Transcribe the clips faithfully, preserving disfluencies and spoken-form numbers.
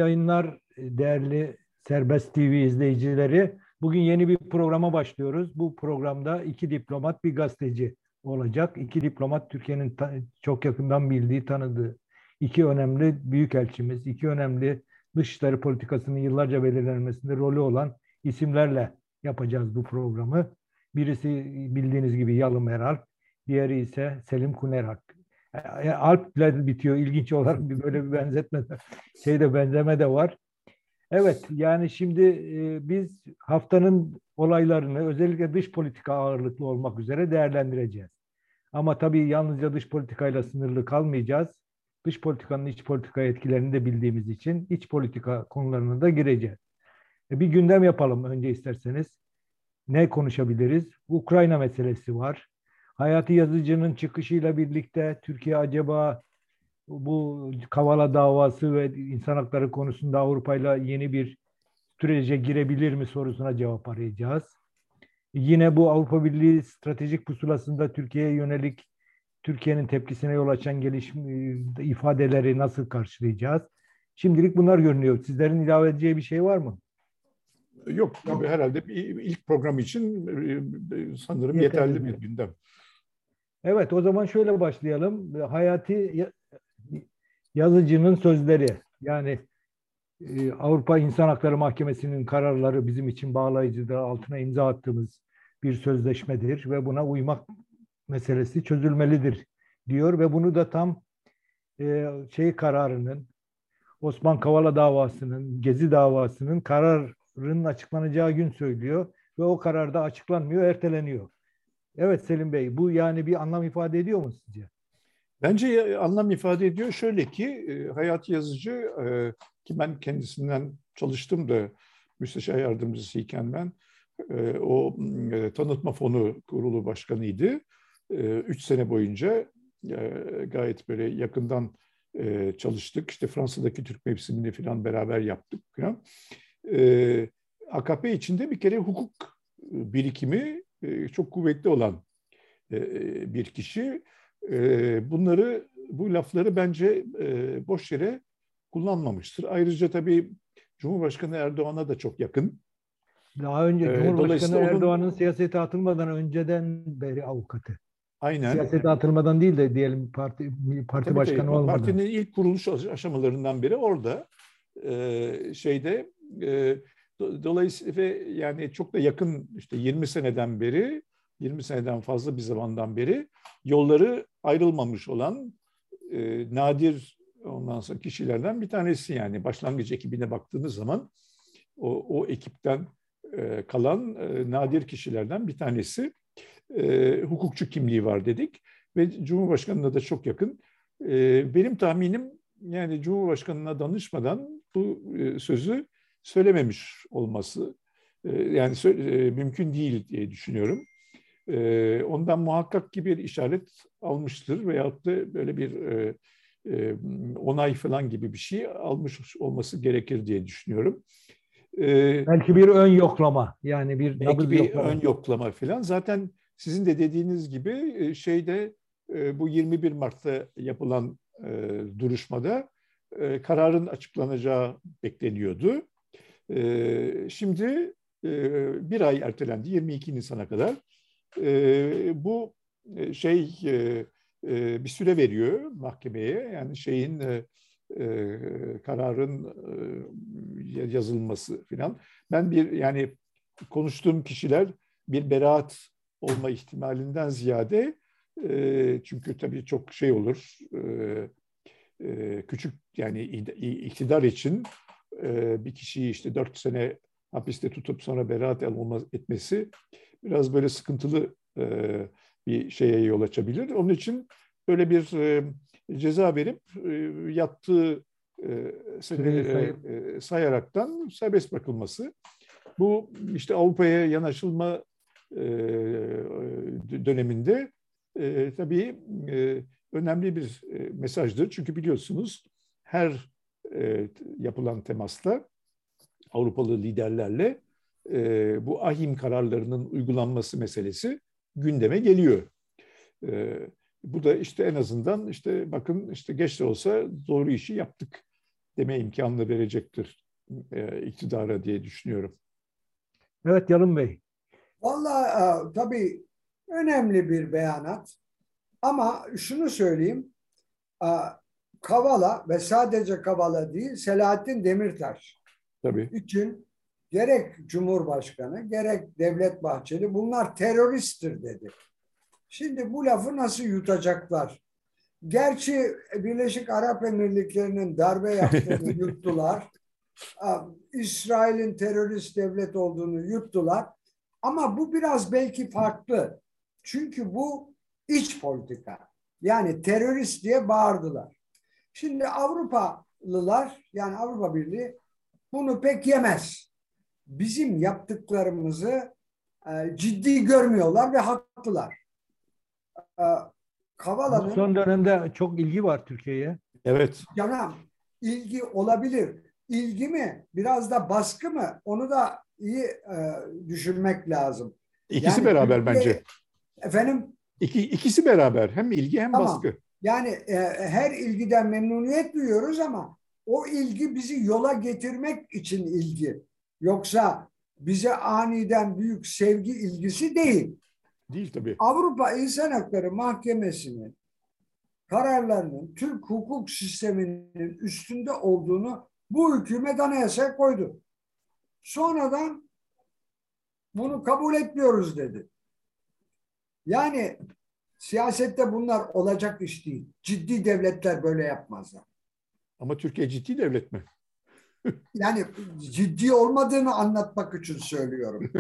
yayınlar değerli Serbest T V izleyicileri. Bugün yeni bir programa başlıyoruz. Bu programda iki diplomat, bir gazeteci olacak. İki diplomat Türkiye'nin çok yakından bildiği, tanıdığı iki önemli büyükelçimiz, iki önemli dışişleri politikasının yıllarca belirlenmesinde rolü olan isimlerle yapacağız bu programı. Birisi bildiğiniz gibi Yalın Meral, diğeri ise Selim Kunerak. Alp'le bitiyor. İlginç olarak bir böyle bir benzetme de, şey de benzeme de var. Evet, yani şimdi e, biz haftanın olaylarını özellikle dış politika ağırlıklı olmak üzere değerlendireceğiz. Ama tabii yalnızca dış politikayla sınırlı kalmayacağız. Dış politikanın iç politika etkilerini de bildiğimiz için iç politika konularına da gireceğiz. E, bir gündem yapalım önce isterseniz. Ne konuşabiliriz? Ukrayna meselesi var. Hayati Yazıcı'nın çıkışıyla birlikte Türkiye acaba bu Kavala davası ve insan hakları konusunda Avrupa ile yeni bir sürece girebilir mi sorusuna cevap arayacağız. Yine bu Avrupa Birliği stratejik pusulasında Türkiye'ye yönelik Türkiye'nin tepkisine yol açan gelişme ifadeleri nasıl karşılayacağız? Şimdilik bunlar görünüyor. Sizlerin ilave edeceği bir şey var mı? Yok, Yok. herhalde bir ilk program için sanırım yeterli, yeterli bir gündem. Evet, o zaman şöyle başlayalım. Hayati Yazıcı'nın sözleri, yani e, Avrupa İnsan Hakları Mahkemesi'nin kararları bizim için bağlayıcıdır, altına imza attığımız bir sözleşmedir ve buna uymak meselesi çözülmelidir diyor ve bunu da tam e, şey kararının, Osman Kavala davasının, Gezi davasının kararının açıklanacağı gün söylüyor ve o karar da açıklanmıyor, erteleniyor. Evet Selim Bey, bu yani bir anlam ifade ediyor mu sizce? Bence anlam ifade ediyor. Şöyle ki Hayati Yazıcı, ki ben kendisinden çalıştım da müsteşar yardımcısıyken ben o tanıtma fonu kurulu başkanıydı. Üç sene boyunca gayet böyle yakından çalıştık. İşte Fransa'daki Türk mevsimini falan beraber yaptık. A K P içinde bir kere hukuk birikimi çok kuvvetli olan bir kişi. Bunları, bu lafları bence boş yere kullanmamıştır. Ayrıca tabii Cumhurbaşkanı Erdoğan'a da çok yakın. Daha önce Cumhurbaşkanı Erdoğan'ın onun... siyasete atılmadan önceden beri avukatı. Aynen. Siyasete atılmadan değil de diyelim parti parti tabii başkanı tabii, olmadan. Partinin ilk kuruluş aşamalarından biri orada. Şeyde dolayısıyla yani çok da yakın, işte yirmi seneden beri, yirmi seneden fazla bir zamandan beri yolları ayrılmamış olan e, nadir ondan sonra kişilerden bir tanesi, yani başlangıç ekibine baktığınız zaman o, o ekipten e, kalan e, nadir kişilerden bir tanesi. E, hukukçu kimliği var dedik ve Cumhurbaşkanı'na da çok yakın. E, benim tahminim, yani Cumhurbaşkanı'na danışmadan bu e, sözü söylememiş olması e, yani e, mümkün değil diye düşünüyorum. E, ondan muhakkak ki bir işaret almıştır veyahut da böyle bir e, e, onay falan gibi bir şey almış olması gerekir diye düşünüyorum. E, belki bir ön yoklama, yani bir belki nabız bir yoklama. ön yoklama falan. Zaten sizin de dediğiniz gibi şeyde bu yirmi bir Mart'ta yapılan e, duruşmada e, kararın açıklanacağı bekleniyordu. E, şimdi e, bir ay ertelendi, yirmi iki Nisan'a kadar. E, bu şey e, e, bir süre veriyor mahkemeye. Yani şeyin e, e, kararın e, yazılması filan. Ben bir yani konuştuğum kişiler bir beraat olma ihtimalinden ziyade, e, çünkü tabii çok şey olur, e, e, küçük yani iktidar için e, bir kişiyi işte dört sene hapiste tutup sonra beraat etmesi biraz böyle sıkıntılı e, bir şeye yol açabilir. Onun için böyle bir e, ceza verip e, yattığı e, sene, sayıp. e, sayaraktan serbest bırakılması. Bu işte Avrupa'ya yanaşılma e, döneminde e, tabii e, önemli bir e, mesajdır. Çünkü biliyorsunuz her e, yapılan temasta Avrupalı liderlerle e, bu ahim kararlarının uygulanması meselesi gündeme geliyor. E, bu da işte en azından işte bakın işte geç de olsa doğru işi yaptık deme imkanını verecektir e, iktidara diye düşünüyorum. Evet Yalın Bey. Vallahi e, tabii önemli bir beyanat. Ama şunu söyleyeyim. e, Kavala ve sadece Kavala değil, Selahattin Demirtaş Tabii. için gerek Cumhurbaşkanı gerek Devlet Bahçeli bunlar teröristtir dedi. Şimdi bu lafı nasıl yutacaklar? Gerçi Birleşik Arap Emirlikleri'nin darbe yaptığını yuttular. İsrail'in terörist devlet olduğunu yuttular. Ama bu biraz belki farklı. Çünkü bu iç politika. Yani terörist diye bağırdılar. Şimdi Avrupalılar yani Avrupa Birliği bunu pek yemez. Bizim yaptıklarımızı e, ciddi görmüyorlar ve haklılar. E, Kavala'nın Son dönemde çok ilgi var Türkiye'ye. Evet. canım ilgi olabilir. İlgi mi? Biraz da baskı mı? Onu da iyi e, düşünmek lazım. İkisi Yani beraber Türkiye, bence. efendim İki, ikisi beraber. Hem ilgi hem tamam. baskı. Yani e, her ilgiden memnuniyet duyuyoruz ama o ilgi bizi yola getirmek için ilgi. Yoksa bize aniden büyük sevgi ilgisi değil. Değil tabii. Avrupa İnsan Hakları Mahkemesi'nin kararlarının Türk hukuk sisteminin üstünde olduğunu bu hükümet anayasaya koydu. Sonradan bunu kabul etmiyoruz dedi. Yani siyasette bunlar olacak iş değil. Ciddi devletler böyle yapmazlar. Ama Türkiye ciddi devlet mi? Yani ciddi olmadığını anlatmak için söylüyorum.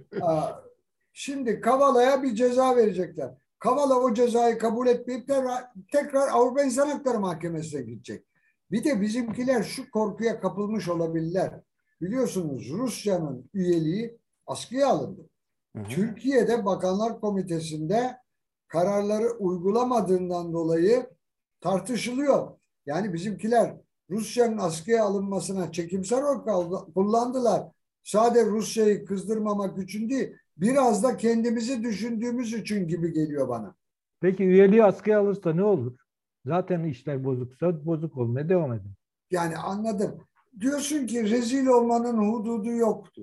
Şimdi Kavala'ya bir ceza verecekler. Kavala o cezayı kabul etmeyip tekrar, tekrar Avrupa İnsan Hakları Mahkemesi'ne gidecek. Bir de bizimkiler şu korkuya kapılmış olabilirler. Biliyorsunuz Rusya'nın üyeliği askıya alındı. Hı hı. Türkiye'de Bakanlar Komitesi'nde kararları uygulamadığından dolayı tartışılıyor. Yani bizimkiler Rusya'nın askıya alınmasına çekimser oy kullandılar. Sadece Rusya'yı kızdırmamak için değil, biraz da kendimizi düşündüğümüz için gibi geliyor bana. Peki üyeliği askıya alırsa ne olur? Zaten işler bozuksa bozuk olmaya devam edin. Yani anladım. Diyorsun ki rezil olmanın hududu yoktur.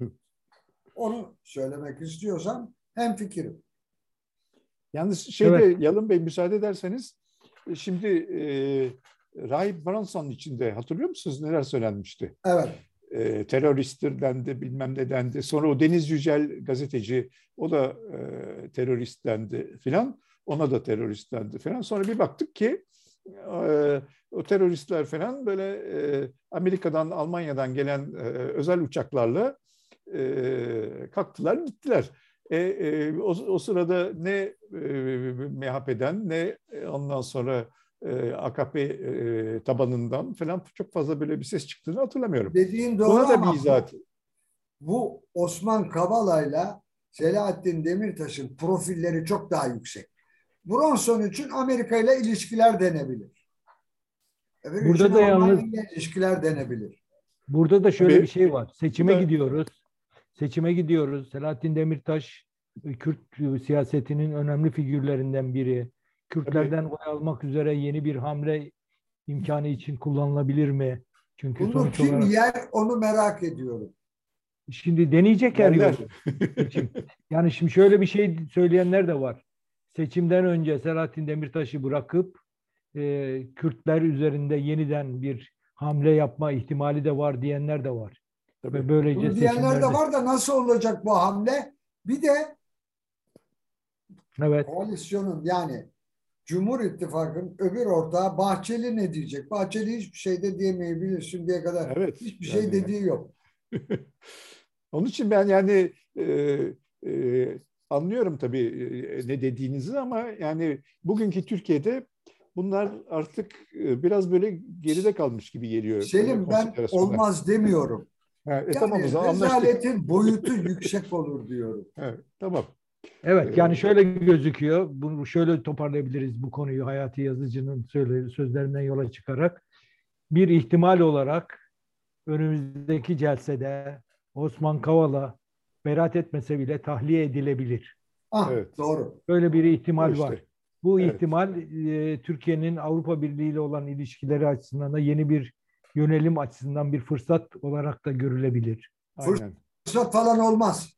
Onu söylemek istiyorsam hemfikirim. Yalnız şeyde Evet. Yalın Bey müsaade ederseniz şimdi e, Rahip Bronson içinde hatırlıyor musunuz neler söylenmişti? Evet. E, teröristtir dendi bilmem ne dendi. Sonra o Deniz Yücel gazeteci o da e, terörist dendi filan. Ona da terörist dendi filan. Sonra bir baktık ki e, o teröristler falan böyle e, Amerika'dan Almanya'dan gelen e, özel uçaklarla e, kalktılar gittiler. E, e, o, o sırada ne e, M H P'den ne ondan sonra e, A K P e, tabanından falan çok fazla böyle bir ses çıktığını hatırlamıyorum. Dediğin doğru Buna da ama bir izah. bu Osman Kavala'yla Selahattin Demirtaş'ın profilleri çok daha yüksek. Bronson için Amerika ile ilişkiler denebilir. Öbür Burada için da yalnız Almanya ile ilişkiler denebilir. burada da şöyle Tabii. bir şey var. Seçime Bu da- gidiyoruz. Seçime gidiyoruz. Selahattin Demirtaş Kürt siyasetinin önemli figürlerinden biri. Kürtlerden oy almak üzere yeni bir hamle imkanı için kullanılabilir mi? Çünkü Bunu sonuç kim olarak yer onu merak ediyorum. şimdi deneyecek her Yerler. yolu seçim. Yani şimdi şöyle bir şey söyleyenler de var. Seçimden önce Selahattin Demirtaş'ı bırakıp e, Kürtler üzerinde yeniden bir hamle yapma ihtimali de var diyenler de var. Tabii. Ve böylece Bunu diyenler de seçimlerde var da nasıl olacak bu hamle? Bir de evet koalisyonun yani Cumhur İttifakı'nın öbür ortağı Bahçeli ne diyecek? Bahçeli hiçbir şey de diyemeyebilir şimdiye kadar. Evet. Hiçbir Yani- şey dediği yok. Onun için ben yani e, e, anlıyorum tabii e, ne dediğinizi ama yani bugünkü Türkiye'de bunlar artık e, biraz böyle geride kalmış gibi geliyor. Selim ben konsiderasyonlar. olmaz demiyorum. Ha, e, Yani tamam o zaman anlaştık. rezaletin boyutu yüksek olur diyorum. Evet, tamam. evet Ee, yani şöyle gözüküyor. Bunu şöyle toparlayabiliriz bu konuyu Hayati Yazıcı'nın söyle, sözlerinden yola çıkarak. Bir ihtimal olarak önümüzdeki celsede Osman Kavala beraat etmese bile tahliye edilebilir. Ah Evet. doğru. Böyle bir O ihtimal işte. var. Bu Evet. ihtimal e, Türkiye'nin Avrupa Birliği ile olan ilişkileri açısından da yeni bir yönelim açısından bir fırsat olarak da görülebilir. Aynen. Fırsat falan olmaz.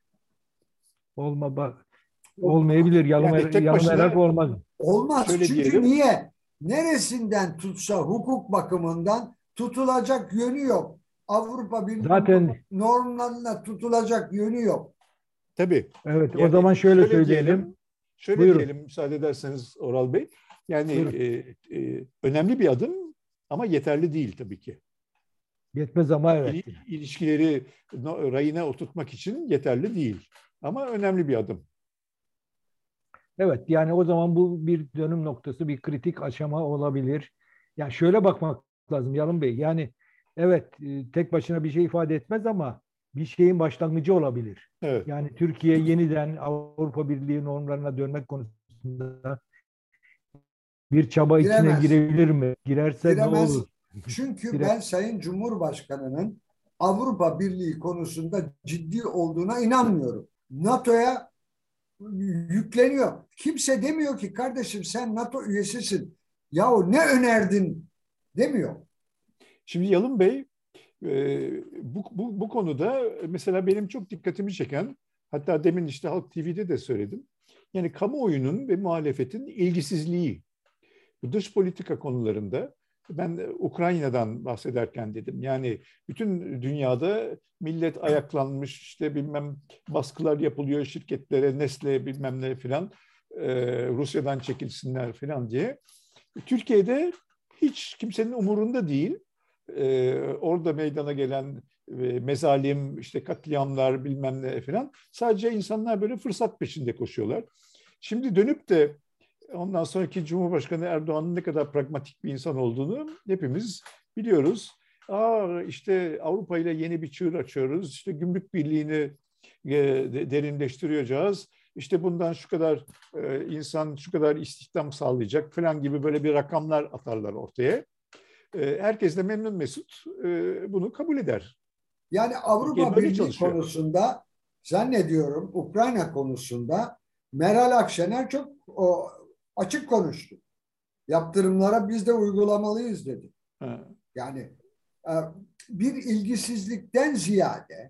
Olma, olmayabilir. Yalın, Yani tek yalın başına merak olmaz. Olmaz. şöyle Çünkü diyelim. niye? Neresinden tutsa hukuk bakımından tutulacak yönü yok. Avrupa Birliği Zaten normlarına tutulacak yönü yok. Tabii. evet, o Yani zaman şöyle, şöyle söyleyelim. diyelim. Şöyle Buyurun. diyelim müsaade ederseniz Oral Bey. Yani Buyurun. e, e, önemli bir adım ama yeterli değil tabii ki. Yetmez ama evet. İl, ilişkileri no, rayına oturtmak için yeterli değil. Ama önemli bir adım. Evet, yani o zaman bu bir dönüm noktası, bir kritik aşama olabilir. Yani şöyle bakmak lazım Yalın Bey. Yani evet, e, tek başına bir şey ifade etmez ama bir şeyin başlangıcı olabilir. Evet. Yani Türkiye yeniden Avrupa Birliği normlarına dönmek konusunda bir çaba içine Giremez. girebilir mi? Girerse ne Giremez. olur? Çünkü Gire- ben Sayın Cumhurbaşkanı'nın Avrupa Birliği konusunda ciddi olduğuna inanmıyorum. NATO'ya yükleniyor. Kimse demiyor ki kardeşim sen NATO üyesisin. Yahu ne önerdin demiyor. Şimdi Yalın Bey e, bu, bu, bu konuda mesela benim çok dikkatimi çeken, hatta demin işte Halk T V'de de söyledim. Yani kamuoyunun ve muhalefetin ilgisizliği. Bu dış politika konularında ben Ukrayna'dan bahsederken dedim. Yani bütün dünyada millet ayaklanmış, işte bilmem baskılar yapılıyor şirketlere, Nestle bilmem ne filan, e, Rusya'dan çekilsinler filan diye. Türkiye'de hiç kimsenin umurunda değil. E, orada meydana gelen e, mezalim, işte katliamlar bilmem ne filan. Sadece insanlar böyle fırsat peşinde koşuyorlar. Şimdi dönüp de ondan sonraki Cumhurbaşkanı Erdoğan'ın ne kadar pragmatik bir insan olduğunu hepimiz biliyoruz. Aa, işte Avrupa ile yeni bir çığır açıyoruz. İşte gümrük birliğini e, derinleştireceğiz. İşte bundan şu kadar e, insan, şu kadar istihdam sağlayacak falan gibi böyle bir rakamlar atarlar ortaya. E, herkes de memnun mesut e, bunu kabul eder. Yani Türkiye Avrupa böyle Birliği çalışıyor. konusunda zannediyorum Ukrayna konusunda Meral Akşener çok o, açık konuştu. Yaptırımlara biz de uygulamalıyız dedi. Ha. Yani e, bir ilgisizlikten ziyade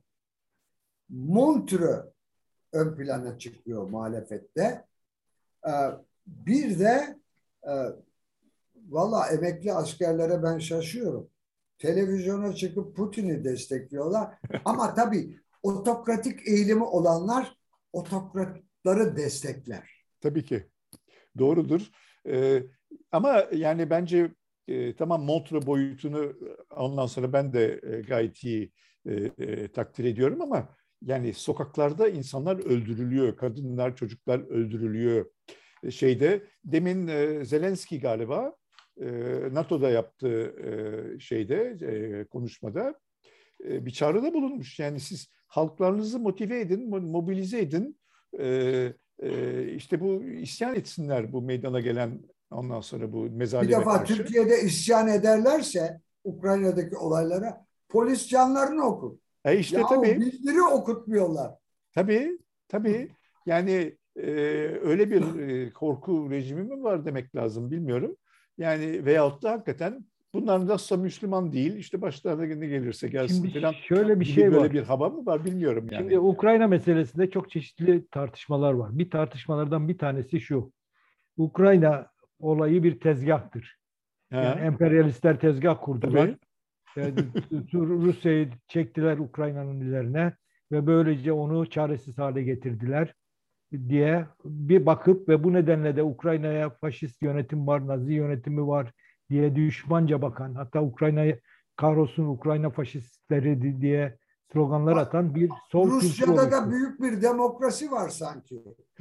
Montreux ön plana çıkıyor muhalefette. E, bir de e, valla emekli askerlere ben şaşıyorum. Televizyona çıkıp Putin'i destekliyorlar. Ama tabii otokratik eğilimi olanlar otokratları destekler. Tabii ki. Doğrudur. Ee, ama yani bence e, tamam Montreux boyutunu ondan sonra ben de e, gayet iyi e, e, takdir ediyorum ama yani sokaklarda insanlar öldürülüyor, kadınlar, çocuklar öldürülüyor. E, şeyde demin e, Zelenski galiba e, NATO'da yaptığı e, şeyde e, konuşmada e, bir çağrıda bulunmuş. Yani siz halklarınızı motive edin, mobilize edin. E, e, işte bu isyan etsinler bu meydana gelen ondan sonra bu Bir mezalime defa karşı. Türkiye'de isyan ederlerse Ukrayna'daki olaylara polis canlarını okur. E işte Yahu tabii, bildiri okutmuyorlar. tabii, tabii. Yani e, öyle bir e, korku rejimi mi var demek lazım bilmiyorum. Yani veyahut da hakikaten bunlar nasılsa Müslüman değil, işte başlarına ne gelirse gelsin Şimdi falan şöyle bir gibi şey böyle var. bir hava mı var bilmiyorum yani. Şimdi Ukrayna meselesinde çok çeşitli tartışmalar var. Bir tartışmalardan bir tanesi şu. Ukrayna olayı bir tezgahtır. Yani Ha, emperyalistler tezgah kurdular. tabii. Yani Rusya'yı çektiler Ukrayna'nın üzerine ve böylece onu çaresiz hale getirdiler diye bir bakıp ve bu nedenle de Ukrayna'ya faşist yönetim var, Nazi yönetimi var diye düşmanca bakan, hatta Ukrayna'yı kahrolsun Ukrayna faşistleri diye sloganlar atan bir sol kültür Rusya'da da oluştu. büyük bir demokrasi var sanki.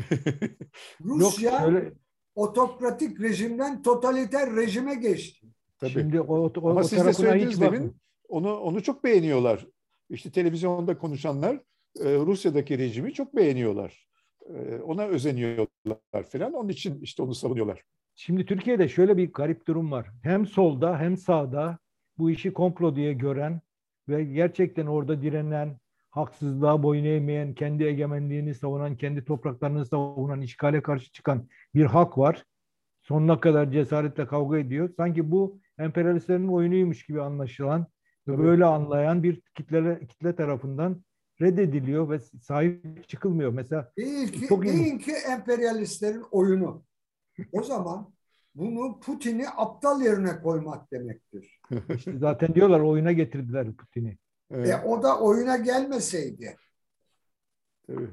Yok Rusya şöyle, otokratik rejimden totaliter rejime geçti. Tabii. şimdi o, o, Ama o siz de tarafına hiç söylediniz bakın. demin, onu onu çok beğeniyorlar. İşte televizyonda konuşanlar e, Rusya'daki rejimi çok beğeniyorlar. E, ona özeniyorlar falan. Onun için işte onu savunuyorlar. Şimdi Türkiye'de şöyle bir garip durum var. Hem solda hem sağda bu işi komplo diye gören ve gerçekten orada direnen, haksızlığa boyun eğmeyen, kendi egemenliğini savunan, kendi topraklarını savunan, işgale karşı çıkan bir halk var. Sonuna kadar cesaretle kavga ediyor. Sanki bu emperyalistlerin oyunuymuş gibi anlaşılan ve böyle anlayan bir kitle kitle tarafından reddediliyor ve sahip çıkılmıyor. Mesela Değil ki, çok ilginç. değil ki emperyalistlerin oyunu. O zaman bunu Putin'i aptal yerine koymak demektir. İşte zaten diyorlar oyuna getirdiler Putin'i. Evet. E o da oyuna gelmeseydi. Evet.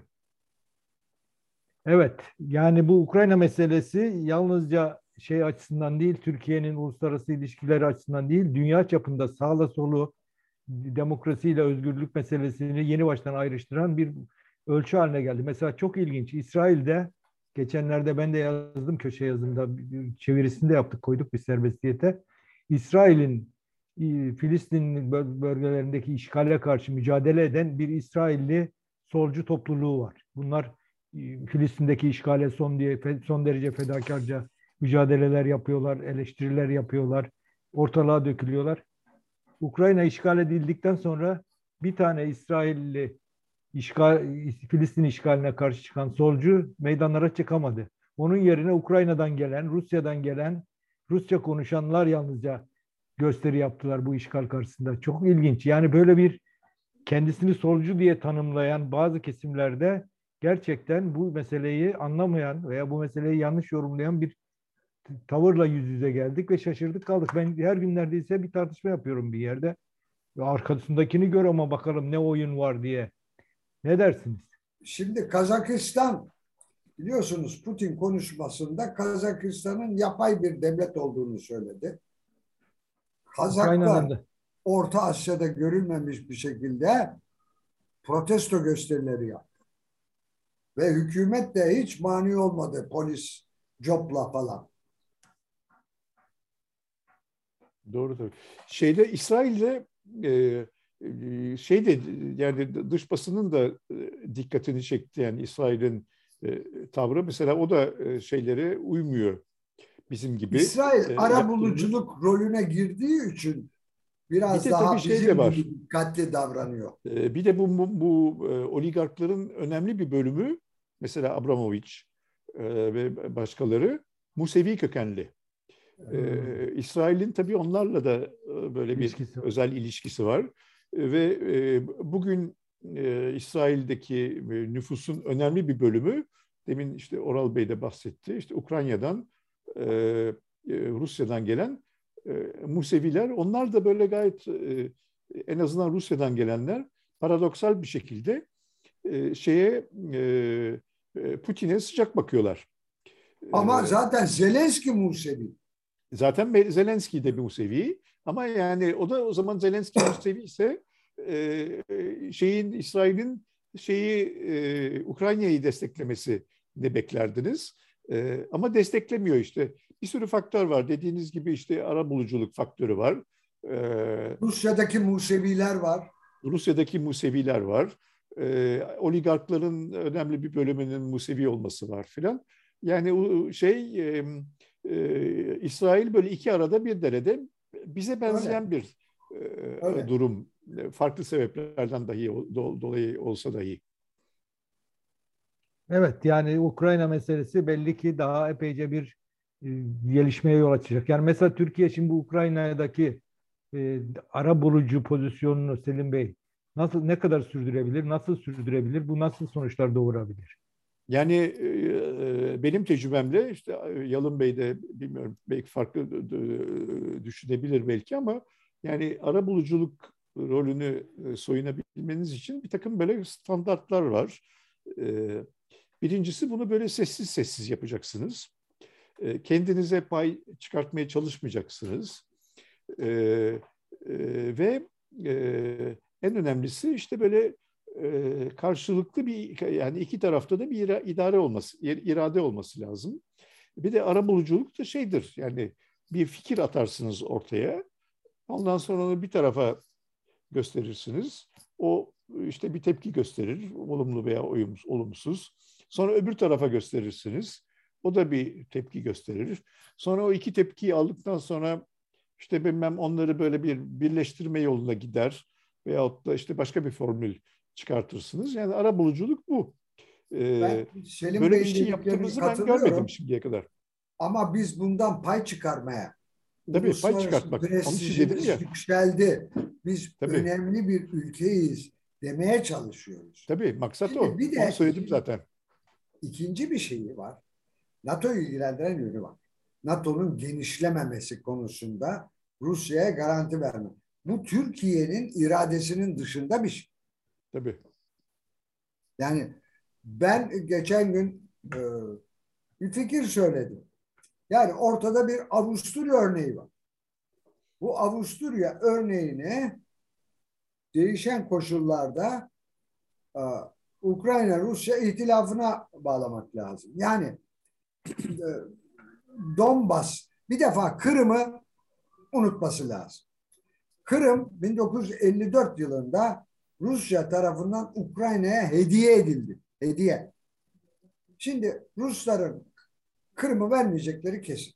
Evet, yani bu Ukrayna meselesi yalnızca şey açısından değil, Türkiye'nin uluslararası ilişkileri açısından değil, dünya çapında sağla solu, demokrasiyle özgürlük meselesini yeni baştan ayrıştıran bir ölçü haline geldi. Mesela çok ilginç, İsrail'de geçenlerde ben de yazdım köşe yazımda, çevirisini de yaptık, koyduk bir serbestiyete. İsrail'in Filistin bölgelerindeki işgale karşı mücadele eden bir İsrailli solcu topluluğu var. Bunlar Filistin'deki işgale son diye son derece fedakarca mücadeleler yapıyorlar, eleştiriler yapıyorlar, ortalığa dökülüyorlar. Ukrayna işgal edildikten sonra bir tane İsrailli işgal, Filistin işgaline karşı çıkan solcu meydanlara çıkamadı. Onun yerine Ukrayna'dan gelen, Rusya'dan gelen, Rusça konuşanlar yalnızca gösteri yaptılar bu işgal karşısında. Çok ilginç. Yani böyle bir kendisini solcu diye tanımlayan bazı kesimlerde gerçekten bu meseleyi anlamayan veya bu meseleyi yanlış yorumlayan bir tavırla yüz yüze geldik ve şaşırdık kaldık. Ben her gün neredeyse bir tartışma yapıyorum bir yerde. Ve arkasındakini gör ama bakalım ne oyun var diye. Ne dersiniz? Şimdi Kazakistan, biliyorsunuz Putin konuşmasında Kazakistan'ın yapay bir devlet olduğunu söyledi. Kazaklar Orta Asya'da görülmemiş bir şekilde protesto gösterileri yaptı. Ve hükümet de hiç mani olmadı, polis, copla falan. Doğru tabii. Şeyde İsrail'de e, şeyde yani dış basının da dikkatini çekti, yani İsrail'in e, tavrı mesela, o da e, şeylere uymuyor bizim gibi. İsrail e, arabuluculuk yaptığımız... rolüne girdiği için biraz daha şey bizim var. gibi dikkatli davranıyor. E, bir de bu, bu, bu e, oligarkların önemli bir bölümü, mesela Abramovich e, ve başkaları Musevi kökenli. Ee, İsrail'in tabii onlarla da böyle bir ilişkisi özel ilişkisi var. Ee, ve e, bugün e, İsrail'deki nüfusun önemli bir bölümü, demin işte Oral Bey de bahsetti, işte Ukrayna'dan, e, Rusya'dan gelen e, Museviler. Onlar da böyle gayet e, en azından Rusya'dan gelenler paradoksal bir şekilde e, şeye e, Putin'e sıcak bakıyorlar. Ama zaten Zelenski Musevi. Zaten Zelenski de bir Musevi, ama yani o da o zaman Zelenski Musevi ise e, şeyin İsrail'in şeyi e, Ukrayna'yı desteklemesi ne beklerdiniz? E, ama desteklemiyor işte. Bir sürü faktör var. Dediğiniz gibi işte arabuluculuk faktörü var. E, Rusya'daki Museviler var. Rusya'daki Museviler var. E, oligarkların önemli bir bölümünün Musevi olması var filan. Yani o şey e, e, İsrail böyle iki arada bir derede, bize benzeyen Öyle. bir e, Öyle. durum. Farklı sebeplerden dahi do, dolayı olsa dahi. Evet, yani Ukrayna meselesi belli ki daha epeyce bir e, gelişmeye yol açacak. Yani mesela Türkiye şimdi bu Ukrayna'daki e, ara bulucu pozisyonunu Selim Bey nasıl, ne kadar sürdürebilir, nasıl sürdürebilir, bu nasıl sonuçlar doğurabilir? Yani e, benim tecrübemle işte Yalın Bey de bilmiyorum, belki farklı düşünebilir belki, ama yani arabuluculuk rolünü soyunabilmeniz için bir takım böyle standartlar var. E, birincisi, bunu böyle sessiz sessiz yapacaksınız. E, kendinize pay çıkartmaya çalışmayacaksınız. E, e, ve e, en önemlisi işte böyle e, karşılıklı bir, yani iki tarafta da bir idare olması, irade olması lazım. Bir de arabuluculuk da şeydir, yani bir fikir atarsınız ortaya. Ondan sonra onu bir tarafa gösterirsiniz. O işte bir tepki gösterir, olumlu veya olumsuz. Sonra öbür tarafa gösterirsiniz. O da bir tepki gösterir. Sonra o iki tepkiyi aldıktan sonra işte bilmem onları böyle bir birleştirme yoluna gider veyahut da işte başka bir formül çıkartırsınız. Yani arabuluculuk bu. Ee, böyle bir şey yaptığımızı ben görmedim şimdiye kadar. Ama biz bundan pay çıkarmaya, Tabii, pay Uluslararası çıkartmak. Onun için dedim prestijimiz ya. yükseldi. Biz Tabii. önemli bir ülkeyiz demeye çalışıyoruz. Tabii, maksat Şimdi o. bir de Onu söyledim ikinci, zaten. ikinci bir şeyi var. NATO'yu ilgilendiren yönü var. NATO'nun genişlememesi konusunda Rusya'ya garanti verme. Bu Türkiye'nin iradesinin dışında bir şey. Tabii. Yani ben geçen gün e, bir fikir söyledim. Yani ortada bir Avusturya örneği var. Bu Avusturya örneğini değişen koşullarda e, Ukrayna-Rusya ihtilafına bağlamak lazım. Yani e, Donbas, bir defa Kırım'ı unutması lazım. Kırım bin dokuz yüz elli dört yılında Rusya tarafından Ukrayna'ya hediye edildi. Hediye. Şimdi Rusların Kırım'ı vermeyecekleri kesin.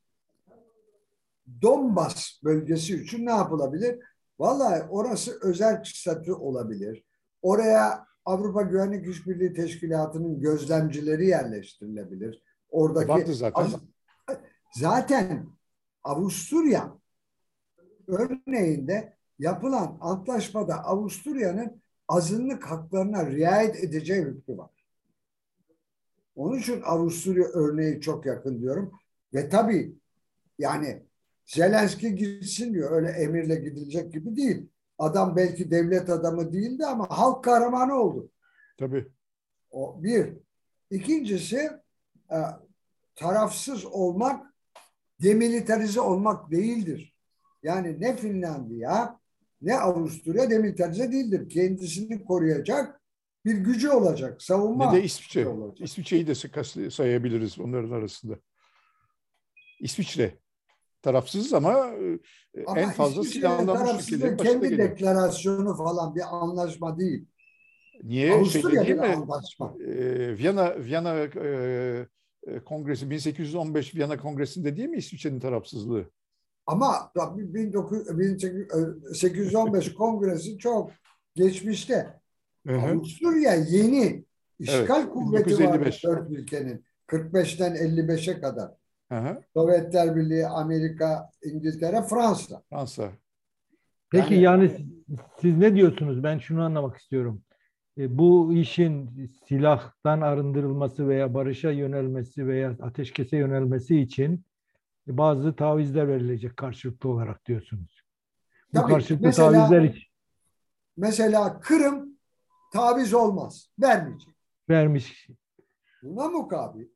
Donbas bölgesi için ne yapılabilir? Vallahi orası özel statü olabilir. Oraya Avrupa Güvenlik İşbirliği Teşkilatı'nın gözlemcileri yerleştirilebilir. Oradaki Vardı zaten. Zaten Avusturya örneğinde yapılan antlaşmada Avusturya'nın azınlık haklarına riayet edeceği hükmü var. Onun için Avusturya örneği çok yakın diyorum. Ve tabii yani Zelenski gitsin diyor. Öyle emirle gidilecek gibi değil. Adam belki devlet adamı değildi ama halk kahramanı oldu. Tabii. O bir. İkincisi e, tarafsız olmak demilitarize olmak değildir. Yani ne Finlandiya ne Avusturya demilitarize değildir. Kendisini koruyacak bir gücü olacak. Savunma Ne de İsviçre. olacak. İsviçre'yi de sayabiliriz onların arasında. İsviçre tarafsız ama, ama en fazla silahlanmış ülkelerin başında kendi geliyor. deklarasyonu falan bir anlaşma değil. Niye? Avusturya şey değil mi? Anlaşma. Ee, Viyana Viyana e, Kongresi bin sekiz yüz on beş Viyana Kongresi'nde değil mi İsviçre'nin tarafsızlığı? Ama bin sekiz yüz on beş Kongresi çok geçmişte. Hı hı. Avusturya yeni işgal Evet, kuvveti var dört ülkenin. kırk beşten elli beşe kadar. Hı hı. Sovyetler Birliği, Amerika, İngiltere, Fransa. Fransa. Peki Yani, yani siz ne diyorsunuz? Ben şunu anlamak istiyorum. E, bu işin silahtan arındırılması veya barışa yönelmesi veya ateşkese yönelmesi için bazı tavizler verilecek karşılıklı olarak diyorsunuz. Bu tabii, karşılıklı mesela, tavizler için mesela Kırım taviz olmaz. Vermeyecek. vermiş. Buna mukabil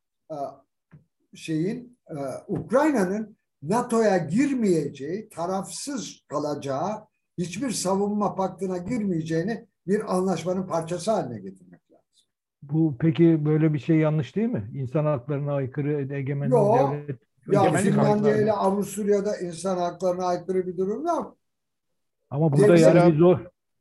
şeyin Ukrayna'nın NATO'ya girmeyeceği, tarafsız kalacağı, hiçbir savunma paktına girmeyeceğini bir anlaşmanın parçası haline getirmek lazım. Bu peki böyle bir şey yanlış değil mi? İnsan haklarına aykırı, egemenlik Yok. devlet. Ya Finlandiya ile hakları. Avusturya'da insan haklarına aykırı bir durum yok. Ama burada Devlet- yani bir zor.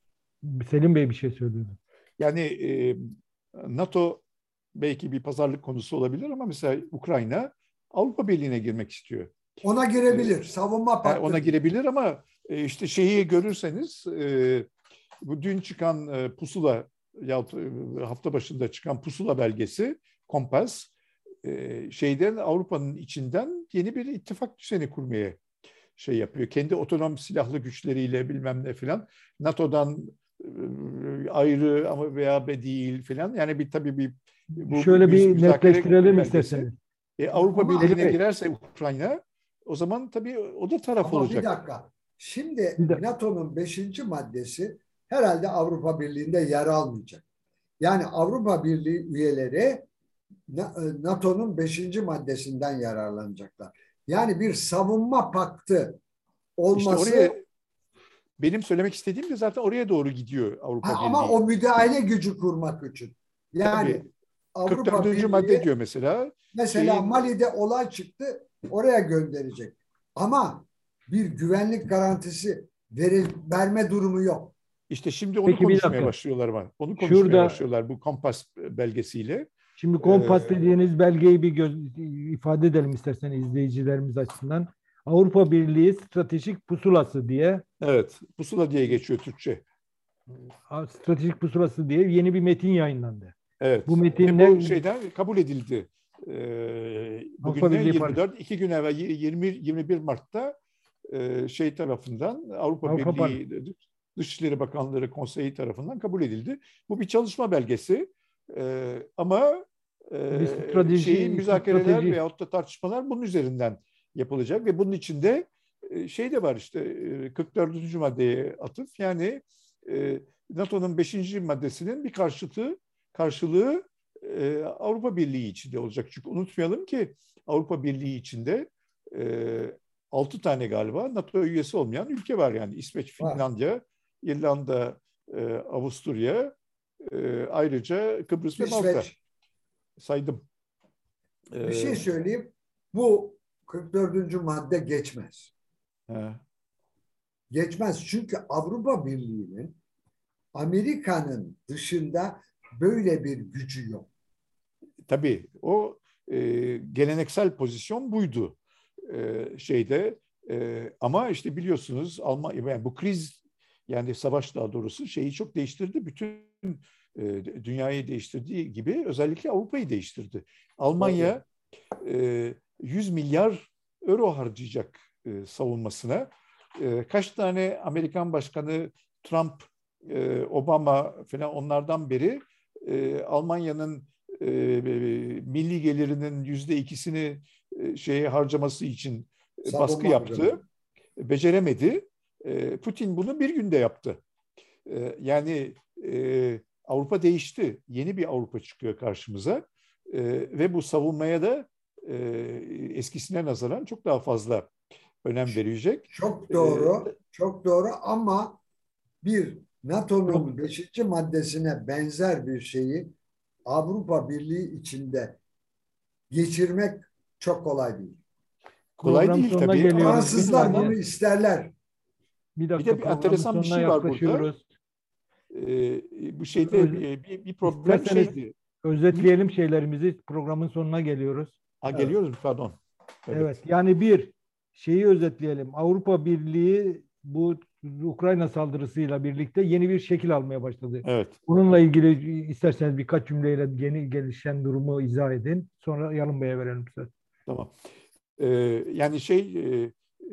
Selim Bey bir şey söylüyordu. Yani e, NATO belki bir pazarlık konusu olabilir ama mesela Ukrayna Avrupa Birliği'ne girmek istiyor. Ona girebilir. Savunma paktı. Ona girebilir ama e, işte şeyi görürseniz e, bu dün çıkan e, pusula yahut e, hafta başında çıkan pusula belgesi, kompas e, şeyden Avrupa'nın içinden yeni bir ittifak düzeni kurmaya şey yapıyor. Kendi otonom silahlı güçleriyle bilmem ne filan. NATO'dan e, ayrı ama veya be değil filan. Yani bir tabii bir bu Şöyle müz- bir müzakere netleştirelim belgesi. isterseniz. E, Avrupa Ama- Birliği'ne Bey. girerse Ukrayna o zaman tabii o da taraf Ama olacak. bir dakika. Şimdi Bir dakika. NATO'nun beşinci maddesi herhalde Avrupa Birliği'nde yer almayacak. Yani Avrupa Birliği üyeleri NATO'nun beşinci maddesinden yararlanacaklar. Yani bir savunma paktı olması İşte oraya benim söylemek istediğim de zaten oraya doğru gidiyor Avrupa ha, Birliği. ama o müdahale gücü kurmak için. Yani Tabii. Avrupa kırk dördüncü Birliği madde diyor mesela. mesela şeyin, Mali'de olay çıktı, oraya gönderecek. Ama bir güvenlik garantisi veril, verme durumu yok. işte şimdi onu Peki, bir konuşmaya dakika. başlıyorlar ama. Onu konuşmaya Şurada- başlıyorlar bu kompas belgesiyle. Şimdi kompas Ee, dediğiniz belgeyi bir göz, ifade edelim isterseniz izleyicilerimiz açısından. Avrupa Birliği Stratejik Pusulası diye, Evet, pusula diye geçiyor Türkçe. Stratejik Pusulası diye yeni bir metin yayınlandı. Evet. Bu Ve metinle bu şeyden kabul edildi. Ee, bugün Avrupa ne? Birliği yirmi dört, iki gün evvel yirmi yirmi bir Mart'ta e, şey tarafından Avrupa, Avrupa Birliği Dışişleri Bakanları Konseyi tarafından kabul edildi. Bu bir çalışma belgesi e, ama e, bir strateji, şeyin müzakereler strateji. veyahut da tartışmalar bunun üzerinden yapılacak ve bunun içinde e, şey de var işte e, kırk dördüncü maddeye atıf, yani e, NATO'nun beşinci maddesinin bir karşıtı karşılığı e, Avrupa Birliği içinde olacak. Çünkü unutmayalım ki Avrupa Birliği içinde e, altı tane galiba NATO üyesi olmayan ülke var, yani İsveç, Finlandiya, İrlanda, e, Avusturya, e, ayrıca Kıbrıs ve Malta. İsveç. Saydım. Bir ee, şey söyleyeyim. Bu kırk dördüncü madde geçmez. He. Geçmez çünkü Avrupa Birliği'nin Amerika'nın dışında böyle bir gücü yok. Tabii o e, geleneksel pozisyon buydu e, şeyde e, ama işte biliyorsunuz Almanya, yani bu kriz, yani savaş daha doğrusu şeyi çok değiştirdi. Bütün e, dünyayı değiştirdiği gibi özellikle Avrupa'yı değiştirdi. Almanya e, yüz milyar euro harcayacak e, savunmasına. E, kaç tane Amerikan Başkanı Trump, e, Obama falan onlardan beri e, Almanya'nın e, milli gelirinin yüzde ikisini e, şeye harcaması için e, baskı yaptı. Harcama. Beceremedi. E, Putin bunu bir günde yaptı. E, yani e, Avrupa değişti. Yeni bir Avrupa çıkıyor karşımıza. E, ve bu savunmaya da e, eskisine nazaran çok daha fazla önem verecek. Çok doğru. Ee, çok doğru ama bir NATO'nun beşinci maddesine benzer bir şeyi Avrupa Birliği içinde geçirmek çok kolay değil. Kolay Program değil tabii. Fransızlar bunu isterler. Bir dakika, bir de bir enteresan bir şey var burada. Ee, bu şeyde Öz, bir, bir problem şeydi. Özetleyelim Hı? şeylerimizi. Programın sonuna geliyoruz. Ha, geliyoruz evet. Pardon. Evet. evet. Yani bir şeyi özetleyelim. Avrupa Birliği bu Ukrayna saldırısıyla birlikte yeni bir şekil almaya başladı. Evet. Bununla ilgili isterseniz birkaç cümleyle yeni gelişen durumu izah edin. Sonra Yalın Bey'e verelim söz. Tamam. Ee, yani şey e, e,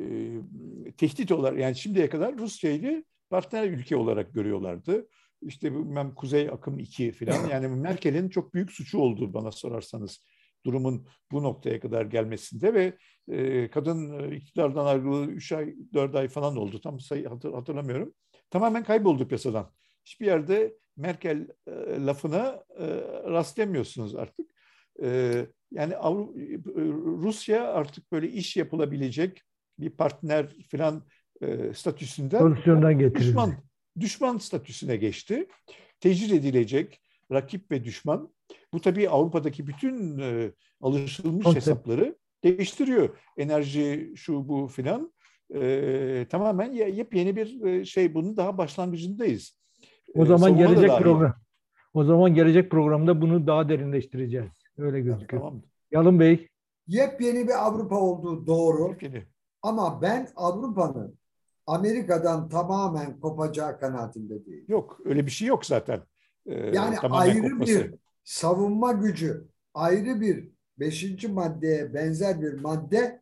tehdit olarak, yani şimdiye kadar Rusya'yı partner ülke olarak görüyorlardı. İşte bilmem Kuzey Akım iki falan. Yani Merkel'in çok büyük suçu olduğu, bana sorarsanız, durumun bu noktaya kadar gelmesinde ve e, kadın iktidardan ayrılığı üç ay, dört ay falan oldu. Tam sayı hatır, hatırlamıyorum. Tamamen kayboldu piyasadan. Hiçbir yerde Merkel e, lafına e, rastlayamıyorsunuz artık. E, yani Avru- Rusya artık böyle iş yapılabilecek bir partner falan e, statüsünden düşman düşman statüsüne geçti. Tecrit edilecek rakip ve düşman. Bu tabii Avrupa'daki bütün e, alışılmış Konsept. hesapları değiştiriyor. Enerji, şu bu filan. E, tamamen yepyeni bir şey. Bunun daha başlangıcındayız. O zaman e, gelecek program. O zaman gelecek programda bunu daha derinleştireceğiz. Öyle gözüküyor. Tamam. Yalın Bey. Yepyeni bir Avrupa olduğu doğru. Yepyeni. Ama ben Avrupa'nın Amerika'dan tamamen kopacağı kanaatinde değilim. Yok, öyle bir şey yok zaten. Ee, yani ayrı kopması. Bir savunma gücü, ayrı bir beşinci maddeye benzer bir madde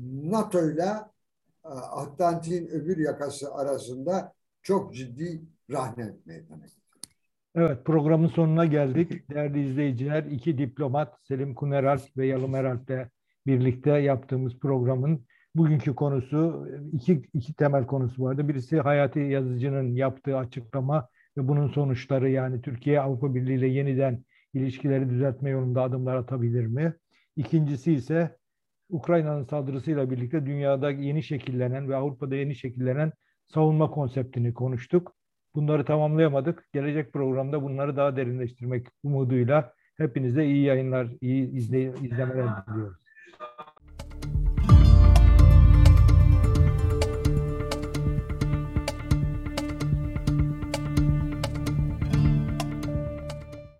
NATO'yla Atlantik'in öbür yakası arasında çok ciddi rahmet meydana getiriyor. Evet, programın sonuna geldik. Değerli izleyiciler, iki diplomat Selim Kuneralp ve Yalın Eralp'le birlikte yaptığımız programın bugünkü konusu, iki, iki temel konusu vardı. Birisi Hayati Yazıcı'nın yaptığı açıklama ve bunun sonuçları, yani Türkiye Avrupa Birliği ile yeniden ilişkileri düzeltme yolunda adımlar atabilir mi? İkincisi ise Ukrayna'nın saldırısıyla birlikte dünyada yeni şekillenen ve Avrupa'da yeni şekillenen savunma konseptini konuştuk. Bunları tamamlayamadık. Gelecek programda bunları daha derinleştirmek umuduyla hepinize iyi yayınlar, iyi izle, izlemeler diliyoruz.